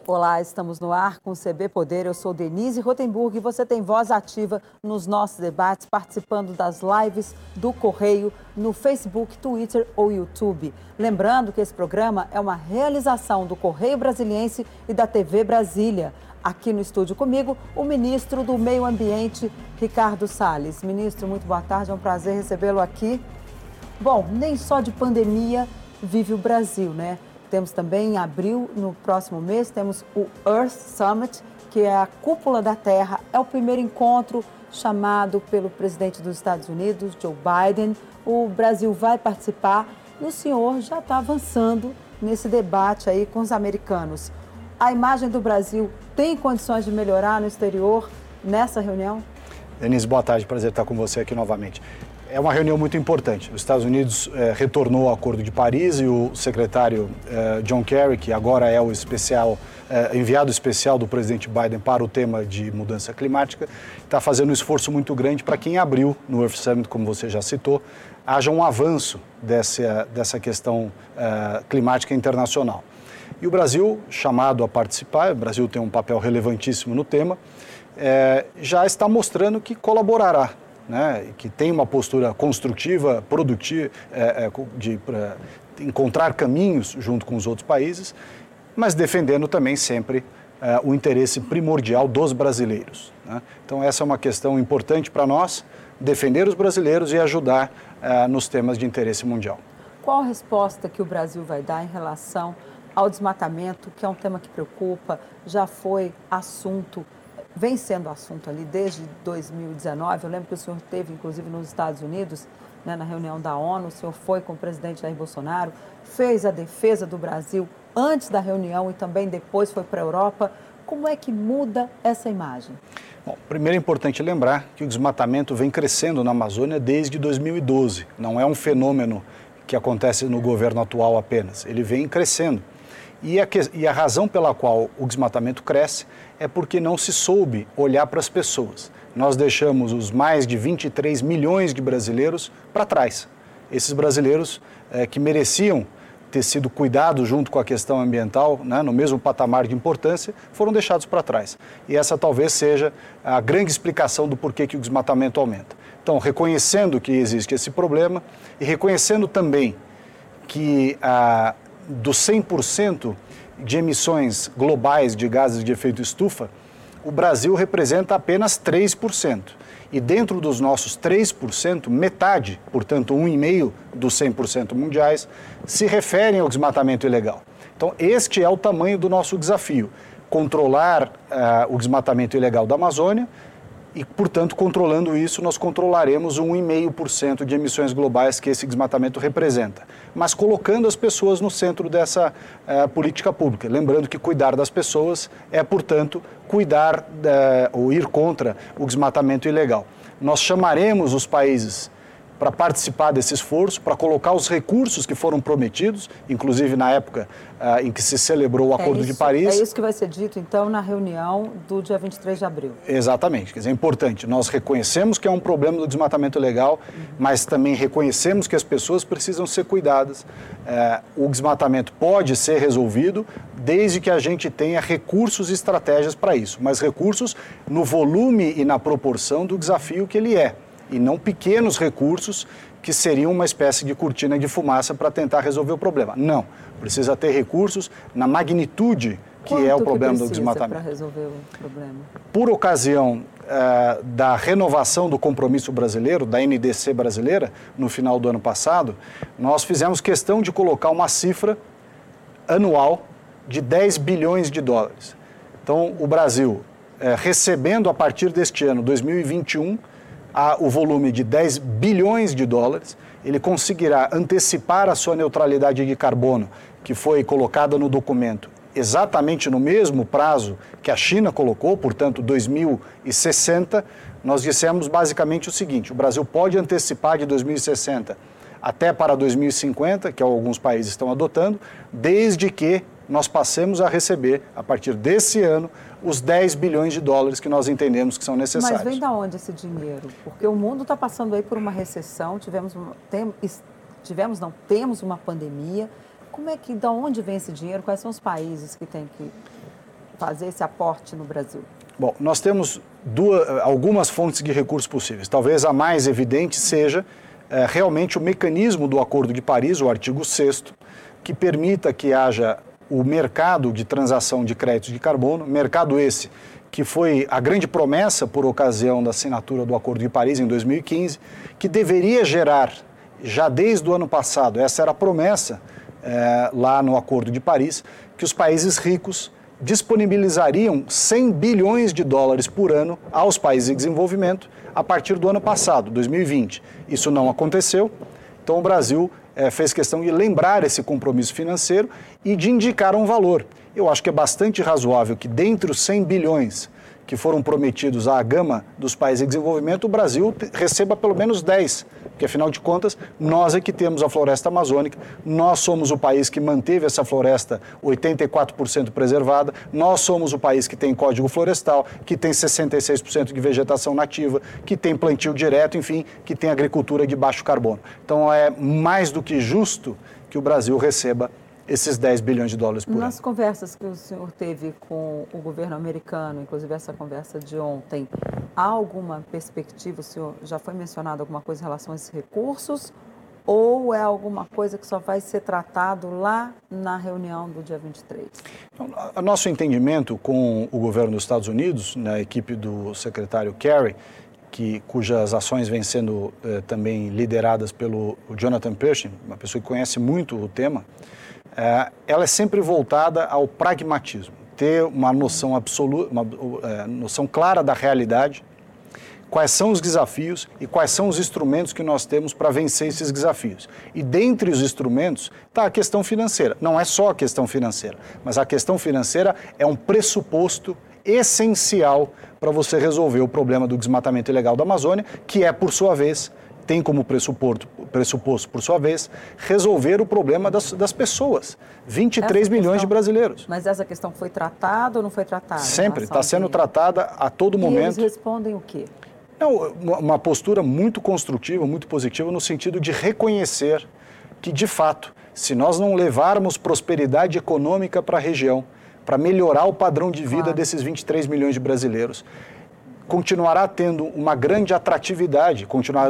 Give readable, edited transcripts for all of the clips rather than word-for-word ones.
Olá, estamos no ar com o CB Poder. Eu sou Denise Rotenburg e você tem voz ativa nos nossos debates, participando das lives do Correio no Facebook, Twitter ou YouTube. Lembrando que esse programa é uma realização do Correio Brasiliense e da TV Brasília. Aqui no estúdio comigo, o ministro do Meio Ambiente, Ricardo Salles. Ministro, muito boa tarde, é um prazer recebê-lo aqui. Bom, nem só de pandemia vive o Brasil, né? Temos também em abril, no próximo mês, temos o Earth Summit, que é a cúpula da Terra. É o primeiro encontro chamado pelo presidente dos Estados Unidos, Joe Biden. O Brasil vai participar e o senhor já está avançando nesse debate aí com os americanos. A imagem do Brasil tem condições de melhorar no exterior nessa reunião? Denise, boa tarde, prazer estar com você aqui novamente. É uma reunião muito importante. Os Estados Unidos retornou ao Acordo de Paris e o secretário John Kerry, que agora é o enviado especial do presidente Biden para o tema de mudança climática, está fazendo um esforço muito grande para que em abril, no Earth Summit, como você já citou, haja um avanço dessa questão climática internacional. E o Brasil, chamado a participar, o Brasil tem um papel relevantíssimo no tema, já está mostrando que colaborará, né, que tem uma postura construtiva, produtiva, de encontrar caminhos junto com os outros países, mas defendendo também sempre o interesse primordial dos brasileiros, né? Então essa é uma questão importante para nós, defender os brasileiros e ajudar nos temas de interesse mundial. Qual a resposta que o Brasil vai dar em relação ao desmatamento, que é um tema que preocupa, já foi assunto, vem sendo assunto ali desde 2019, eu lembro que o senhor esteve, inclusive, nos Estados Unidos, né, na reunião da ONU, o senhor foi com o presidente Jair Bolsonaro, fez a defesa do Brasil antes da reunião e também depois foi para a Europa. Como é que muda essa imagem? Bom, primeiro é importante lembrar que o desmatamento vem crescendo na Amazônia desde 2012, não é um fenômeno que acontece no governo atual apenas, ele vem crescendo. E a razão pela qual o desmatamento cresce é porque não se soube olhar para as pessoas. Nós deixamos os mais de 23 milhões de brasileiros para trás. Esses brasileiros que mereciam ter sido cuidados junto com a questão ambiental, né, no mesmo patamar de importância, foram deixados para trás. E essa talvez seja a grande explicação do porquê que o desmatamento aumenta. Então, reconhecendo que existe esse problema e reconhecendo também que dos 100% de emissões globais de gases de efeito estufa, o Brasil representa apenas 3%. E dentro dos nossos 3%, metade, portanto 1,5% dos 100% mundiais, se referem ao desmatamento ilegal. Então este é o tamanho do nosso desafio, controlar o desmatamento ilegal da Amazônia e, portanto, controlando isso, nós controlaremos 1,5% de emissões globais que esse desmatamento representa, mas colocando as pessoas no centro dessa política pública. Lembrando que cuidar das pessoas é, portanto, cuidar ou ir contra o desmatamento ilegal. Nós chamaremos os países para participar desse esforço, para colocar os recursos que foram prometidos, inclusive na época em que se celebrou o Acordo de Paris. É isso que vai ser dito, então, na reunião do dia 23 de abril. Exatamente, quer dizer, é importante. Nós reconhecemos que é um problema do desmatamento ilegal, mas também reconhecemos que as pessoas precisam ser cuidadas. O desmatamento pode ser resolvido desde que a gente tenha recursos e estratégias para isso, mas recursos no volume e na proporção do desafio que ele é. E não pequenos recursos que seriam uma espécie de cortina de fumaça para tentar resolver o problema. Não, precisa ter recursos na magnitude que é o problema do desmatamento. Para resolver o problema? Por ocasião da renovação do compromisso brasileiro, da NDC brasileira, no final do ano passado, nós fizemos questão de colocar uma cifra anual de 10 bilhões de dólares. Então, o Brasil, recebendo a partir deste ano, 2021, o volume de 10 bilhões de dólares, ele conseguirá antecipar a sua neutralidade de carbono, que foi colocada no documento exatamente no mesmo prazo que a China colocou, portanto 2060, nós dissemos basicamente o seguinte: o Brasil pode antecipar de 2060 até para 2050, que alguns países estão adotando, desde que nós passemos a receber, a partir desse ano, os 10 bilhões de dólares que nós entendemos que são necessários. Mas vem da onde esse dinheiro? Porque o mundo está passando aí por uma recessão, temos uma pandemia. Como é que, da onde vem esse dinheiro? Quais são os países que têm que fazer esse aporte no Brasil? Bom, nós temos algumas fontes de recursos possíveis. Talvez a mais evidente seja realmente o mecanismo do Acordo de Paris, o artigo 6º, que permita que haja o mercado de transação de créditos de carbono, mercado esse que foi a grande promessa por ocasião da assinatura do Acordo de Paris em 2015, que deveria gerar, já desde o ano passado, essa era a promessa lá no Acordo de Paris, que os países ricos disponibilizariam 100 bilhões de dólares por ano aos países em desenvolvimento a partir do ano passado, 2020. Isso não aconteceu, então o Brasil fez questão de lembrar esse compromisso financeiro e de indicar um valor. Eu acho que é bastante razoável que, dentre os 100 bilhões que foram prometidos à gama dos países em desenvolvimento, o Brasil receba pelo menos 10, porque, afinal de contas, nós é que temos a floresta amazônica, nós somos o país que manteve essa floresta 84% preservada, nós somos o país que tem código florestal, que tem 66% de vegetação nativa, que tem plantio direto, enfim, que tem agricultura de baixo carbono. Então, é mais do que justo que o Brasil receba esses 10 bilhões de dólares por ano. Nas conversas que o senhor teve com o governo americano, inclusive essa conversa de ontem, há alguma perspectiva, o senhor já foi mencionado alguma coisa em relação a esses recursos, ou é alguma coisa que só vai ser tratado lá na reunião do dia 23? O nosso entendimento com o governo dos Estados Unidos, na equipe do secretário Kerry, cujas ações vêm sendo também lideradas pelo Jonathan Pershing, uma pessoa que conhece muito o tema, ela é sempre voltada ao pragmatismo, ter uma noção absoluta, uma noção clara da realidade, quais são os desafios e quais são os instrumentos que nós temos para vencer esses desafios. E dentre os instrumentos está a questão financeira. Não é só a questão financeira, mas a questão financeira é um pressuposto essencial para você resolver o problema do desmatamento ilegal da Amazônia, que é, por sua vez, tem como pressuposto, por sua vez, resolver o problema das pessoas. 23 milhões de brasileiros. Mas essa questão foi tratada ou não foi tratada? Sempre, está sendo tratada a todo momento. E eles respondem o quê? Uma postura muito construtiva, muito positiva, no sentido de reconhecer que, de fato, se nós não levarmos prosperidade econômica para a região, para melhorar o padrão de vida desses 23 milhões de brasileiros, continuarão tendo uma grande atratividade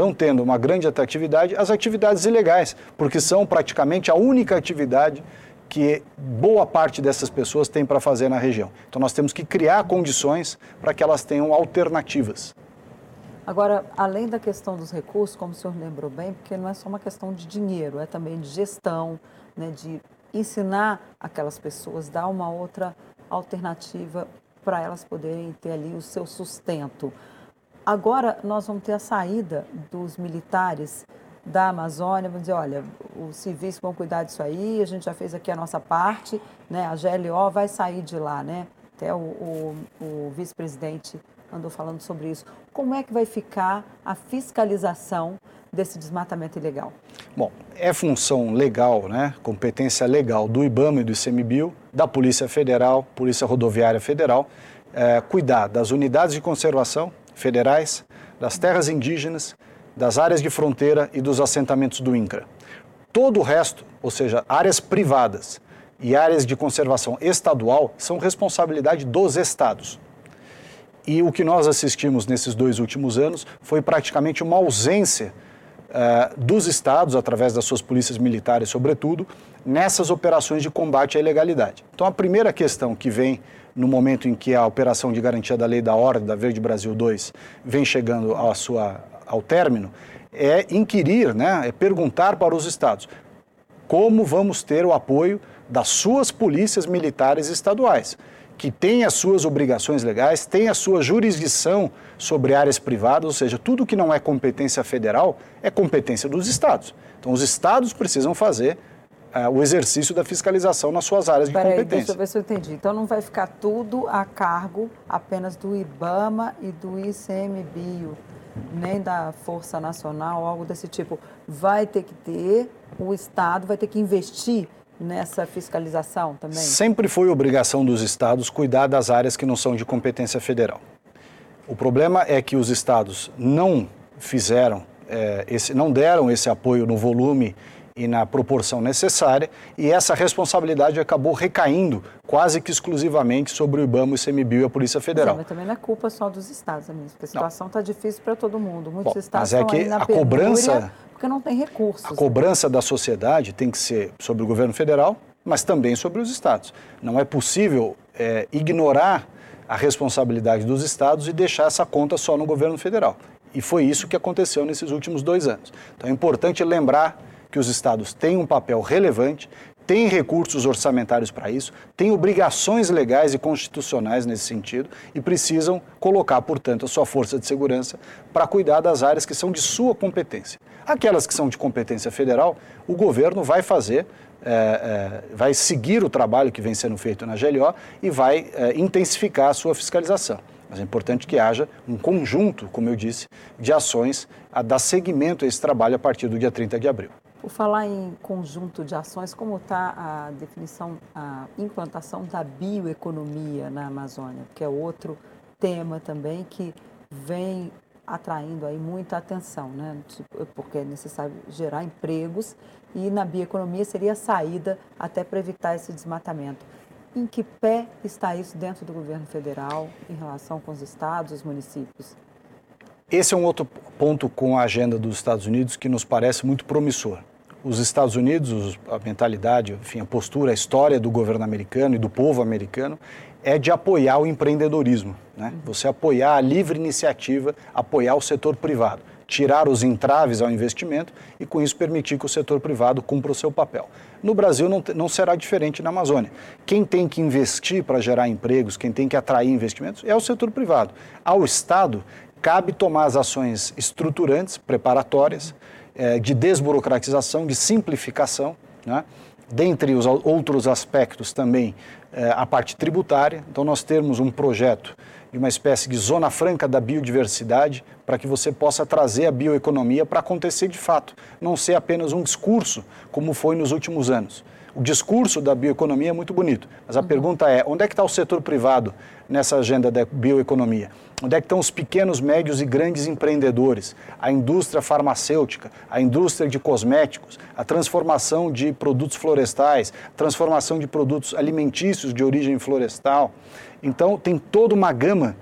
as atividades ilegais, porque são praticamente a única atividade que boa parte dessas pessoas tem para fazer na região. Então nós temos que criar condições para que elas tenham alternativas. Agora, além da questão dos recursos, como o senhor lembrou bem, porque não é só uma questão de dinheiro, é também de gestão, né, de ensinar aquelas pessoas, dar uma outra alternativa para elas poderem ter ali o seu sustento. Agora nós vamos ter a saída dos militares da Amazônia, vamos dizer, olha, os civis vão cuidar disso aí, a gente já fez aqui a nossa parte, né? A GLO vai sair de lá, né? Até o vice-presidente andou falando sobre isso. Como é que vai ficar a fiscalização desse desmatamento ilegal? Bom, é função legal, né, competência legal do IBAMA e do ICMBio, da Polícia Federal, Polícia Rodoviária Federal, cuidar das unidades de conservação federais, das terras indígenas, das áreas de fronteira e dos assentamentos do INCRA. Todo o resto, ou seja, áreas privadas e áreas de conservação estadual, são responsabilidade dos estados. E o que nós assistimos nesses 2 últimos anos foi praticamente uma ausência dos estados, através das suas polícias militares, sobretudo, nessas operações de combate à ilegalidade. Então, a primeira questão que vem no momento em que a operação de garantia da lei da ordem, da Verde Brasil 2, vem chegando ao término, é inquirir, né, é perguntar para os estados como vamos ter o apoio das suas polícias militares estaduais, que têm as suas obrigações legais, têm a sua jurisdição sobre áreas privadas, ou seja, tudo que não é competência federal é competência dos estados. Então, os estados precisam fazer o exercício da fiscalização nas suas áreas de competência. Deixa eu ver se eu entendi. Então, não vai ficar tudo a cargo apenas do IBAMA e do ICMBio, nem da Força Nacional, algo desse tipo. Vai ter que ter, o Estado vai ter que investir nessa fiscalização também? Sempre foi obrigação dos estados cuidar das áreas que não são de competência federal. O problema é que os estados não fizeram, não deram esse apoio no volume e na proporção necessária, e essa responsabilidade acabou recaindo quase que exclusivamente sobre o IBAMA, o ICMBio e a Polícia Federal. Mas também não é culpa só dos estados, amigo, porque a situação está difícil para todo mundo. Muitos estados mas estão aí na penúria porque não tem recursos. A cobrança da sociedade tem que ser sobre o governo federal, mas também sobre os estados. Não é possível ignorar a responsabilidade dos estados e deixar essa conta só no governo federal. E foi isso que aconteceu nesses últimos 2 anos. Então é importante lembrar que os estados têm um papel relevante, têm recursos orçamentários para isso, têm obrigações legais e constitucionais nesse sentido e precisam colocar, portanto, a sua força de segurança para cuidar das áreas que são de sua competência. Aquelas que são de competência federal, o governo vai fazer, vai seguir o trabalho que vem sendo feito na GLO e vai intensificar a sua fiscalização. Mas é importante que haja um conjunto, como eu disse, de ações a dar seguimento a esse trabalho a partir do dia 30 de abril. Por falar em conjunto de ações, como está a definição, a implantação da bioeconomia na Amazônia, que é outro tema também que vem atraindo aí muita atenção, né? Porque é necessário gerar empregos e na bioeconomia seria a saída até para evitar esse desmatamento. Em que pé está isso dentro do governo federal em relação com os estados, os municípios? Esse é um outro ponto com a agenda dos Estados Unidos que nos parece muito promissor. Os Estados Unidos, a mentalidade, enfim, a postura, a história do governo americano e do povo americano é de apoiar o empreendedorismo, né? Você apoiar a livre iniciativa, apoiar o setor privado, tirar os entraves ao investimento e, com isso, permitir que o setor privado cumpra o seu papel. No Brasil não será diferente na Amazônia. Quem tem que investir para gerar empregos, quem tem que atrair investimentos é o setor privado. Ao Estado, cabe tomar as ações estruturantes, preparatórias, de desburocratização, de simplificação, né? Dentre os outros aspectos também a parte tributária. Então nós temos um projeto de uma espécie de zona franca da biodiversidade para que você possa trazer a bioeconomia para acontecer de fato, não ser apenas um discurso como foi nos últimos anos. O discurso da bioeconomia é muito bonito, mas a pergunta é, onde é que está o setor privado nessa agenda da bioeconomia? Onde é que estão os pequenos, médios e grandes empreendedores? A indústria farmacêutica, a indústria de cosméticos, a transformação de produtos florestais, a transformação de produtos alimentícios de origem florestal. Então, tem toda uma gama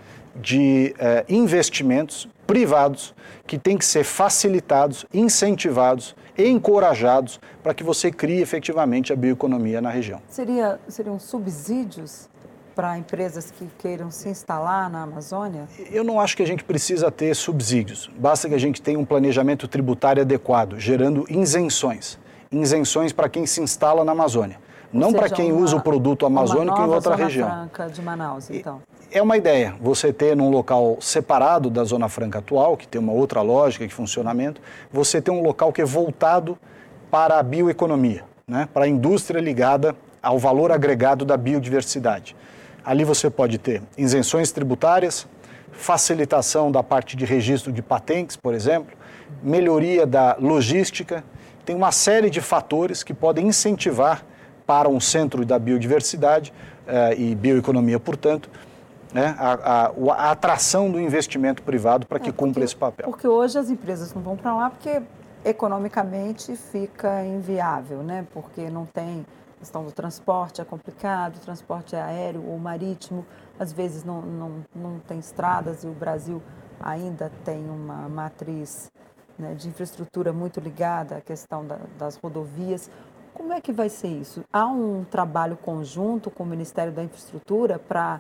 de investimentos privados que tem que ser facilitados, incentivados e encorajados para que você crie efetivamente a bioeconomia na região. Seriam subsídios para empresas que queiram se instalar na Amazônia? Eu não acho que a gente precisa ter subsídios. Basta que a gente tenha um planejamento tributário adequado, gerando isenções. Isenções para quem se instala na Amazônia. Não para quem usa o produto amazônico em outra região. Zona Franca de Manaus, então. É uma ideia, você ter num local separado da Zona Franca atual, que tem uma outra lógica de funcionamento, você ter um local que é voltado para a bioeconomia, né? Para a indústria ligada ao valor agregado da biodiversidade. Ali você pode ter isenções tributárias, facilitação da parte de registro de patentes, por exemplo, melhoria da logística. Tem uma série de fatores que podem incentivar para um centro da biodiversidade e bioeconomia, portanto, né, a atração do investimento privado para que cumpra esse papel. Porque hoje as empresas não vão para lá porque economicamente fica inviável, né? Porque não tem questão do transporte, é complicado, o transporte é aéreo ou marítimo, às vezes não tem estradas e o Brasil ainda tem uma matriz, né, de infraestrutura muito ligada à questão das rodovias. Como é que vai ser isso? Há um trabalho conjunto com o Ministério da Infraestrutura para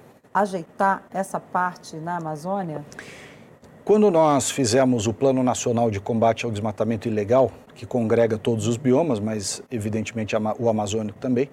ajeitar essa parte na Amazônia? Quando nós fizemos o Plano Nacional de Combate ao Desmatamento Ilegal, que congrega todos os biomas, mas evidentemente o amazônico também,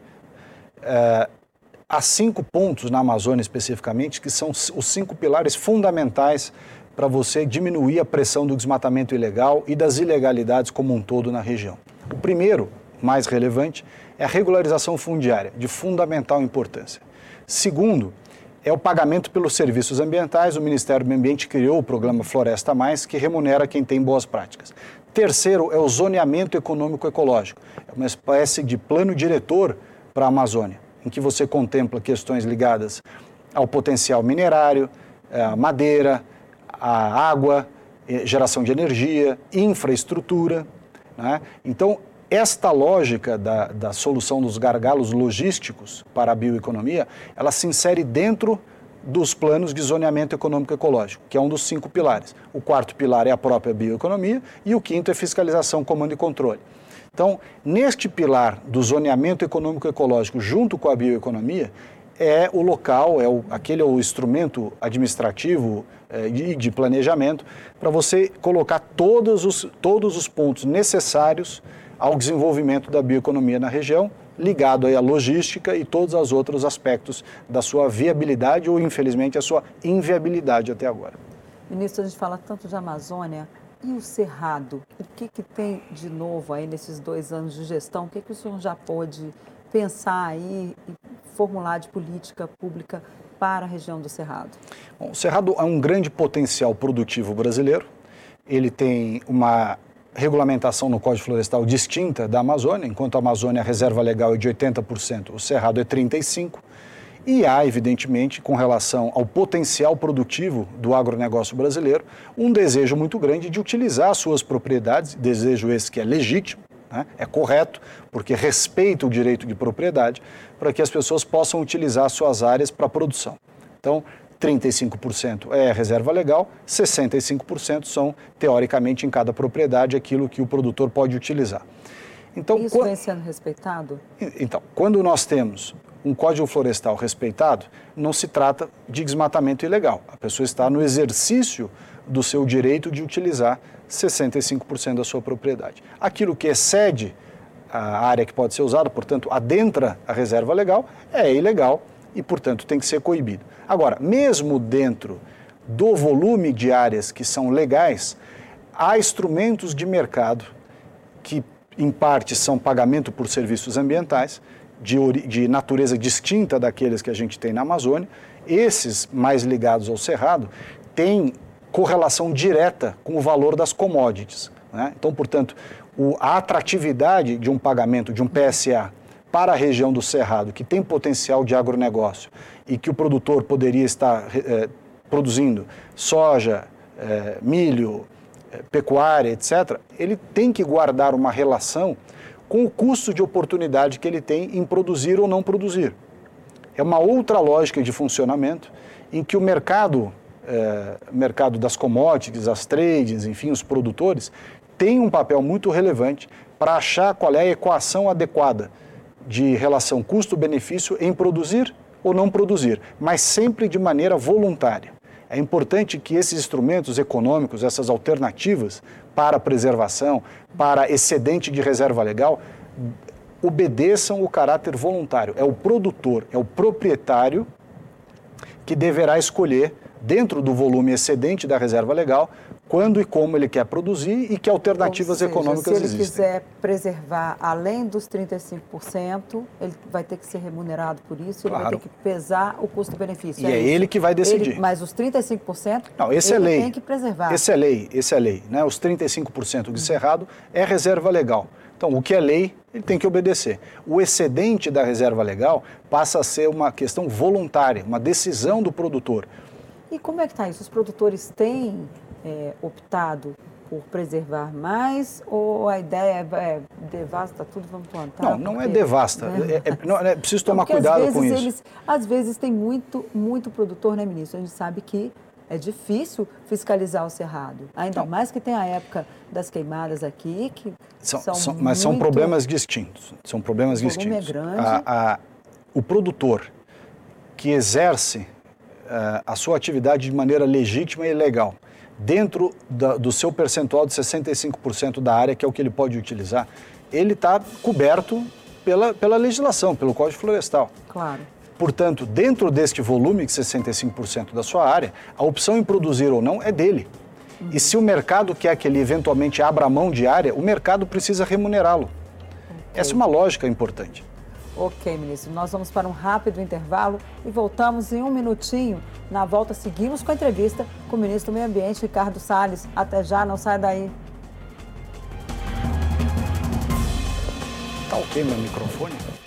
há 5 pontos na Amazônia especificamente, que são os 5 pilares fundamentais para você diminuir a pressão do desmatamento ilegal e das ilegalidades como um todo na região. O primeiro, mais relevante, é a regularização fundiária, de fundamental importância. Segundo, é o pagamento pelos serviços ambientais. O Ministério do Meio Ambiente criou o programa Floresta Mais, que remunera quem tem boas práticas. Terceiro, é o zoneamento econômico-ecológico. É uma espécie de plano diretor para a Amazônia, em que você contempla questões ligadas ao potencial minerário, à madeira, à água, geração de energia, infraestrutura, né? Então, esta lógica da solução dos gargalos logísticos para a bioeconomia, ela se insere dentro dos planos de zoneamento econômico ecológico, que é um dos 5 pilares. O 4º pilar é a própria bioeconomia e o 5º é fiscalização, comando e controle. Então, neste pilar do zoneamento econômico ecológico junto com a bioeconomia, é o local, aquele é o instrumento administrativo de planejamento para você colocar todos os pontos necessários ao desenvolvimento da bioeconomia na região, ligado aí à logística e todos os outros aspectos da sua viabilidade ou, infelizmente, a sua inviabilidade até agora. Ministro, a gente fala tanto de Amazônia e o Cerrado. O que tem de novo aí nesses 2 anos de gestão? O que o senhor já pôde pensar aí e formular de política pública para a região do Cerrado? Bom, o Cerrado é um grande potencial produtivo brasileiro. Ele tem uma regulamentação no Código Florestal distinta da Amazônia, enquanto a Amazônia, a reserva legal é de 80%, o Cerrado é 35%, e há, evidentemente, com relação ao potencial produtivo do agronegócio brasileiro, um desejo muito grande de utilizar as suas propriedades, desejo esse que é legítimo, né? É correto, porque respeita o direito de propriedade, para que as pessoas possam utilizar as suas áreas para a produção. Então, 35% é reserva legal, 65% são, teoricamente, em cada propriedade, aquilo que o produtor pode utilizar. Então, isso vem sendo respeitado? Então, quando nós temos um Código Florestal respeitado, não se trata de desmatamento ilegal. A pessoa está no exercício do seu direito de utilizar 65% da sua propriedade. Aquilo que excede a área que pode ser usada, portanto, adentra a reserva legal, é ilegal e, portanto, tem que ser coibido. Agora, mesmo dentro do volume de áreas que são legais, há instrumentos de mercado que, em parte, são pagamento por serviços ambientais, de natureza distinta daqueles que a gente tem na Amazônia. Esses, mais ligados ao Cerrado, têm correlação direta com o valor das commodities, né? Então, portanto, a atratividade de um pagamento, de um PSA, para a região do Cerrado, que tem potencial de agronegócio e que o produtor poderia estar produzindo soja, milho, pecuária, etc., ele tem que guardar uma relação com o custo de oportunidade que ele tem em produzir ou não produzir. É uma outra lógica de funcionamento em que o mercado das commodities, as trades, enfim, os produtores, tem um papel muito relevante para achar qual é a equação adequada de relação custo-benefício em produzir ou não produzir, mas sempre de maneira voluntária. É importante que esses instrumentos econômicos, essas alternativas para a preservação, para excedente de reserva legal, obedeçam o caráter voluntário. É o produtor, é o proprietário que deverá escolher, dentro do volume excedente da reserva legal, quando e como ele quer produzir e que alternativas econômicas existem. Se ele quiser preservar além dos 35%, ele vai ter que ser remunerado por isso, ele vai ter que pesar o custo-benefício. E é ele que vai decidir. Mas os 35%, não, esse ele tem que preservar. Esse é lei, né? Os 35% de Cerrado é reserva legal. Então, o que é lei, ele tem que obedecer. O excedente da reserva legal passa a ser uma questão voluntária, uma decisão do produtor. E como é que está isso? Os produtores têm optado por preservar mais ou a ideia é devasta tudo, vamos plantar? Não é devasta. É preciso tomar cuidado com isso. Às vezes tem muito produtor, né, ministro? A gente sabe que é difícil fiscalizar o Cerrado. Ainda mais que tem a época das queimadas aqui, que mas são problemas distintos. São problemas distintos. O volume é grande. O produtor que exerce a sua atividade de maneira legítima e legal, dentro do seu percentual de 65% da área, que é o que ele pode utilizar, ele está coberto pela legislação, pelo Código Florestal. Claro. Portanto, dentro deste volume de 65% da sua área, a opção em produzir ou não é dele. E se o mercado quer que ele eventualmente abra mão de área, o mercado precisa remunerá-lo. Essa é uma lógica importante. Ok, ministro. Nós vamos para um rápido intervalo e voltamos em um minutinho. Na volta, seguimos com a entrevista com o ministro do Meio Ambiente, Ricardo Salles. Até já, não sai daí. Tá ok meu microfone?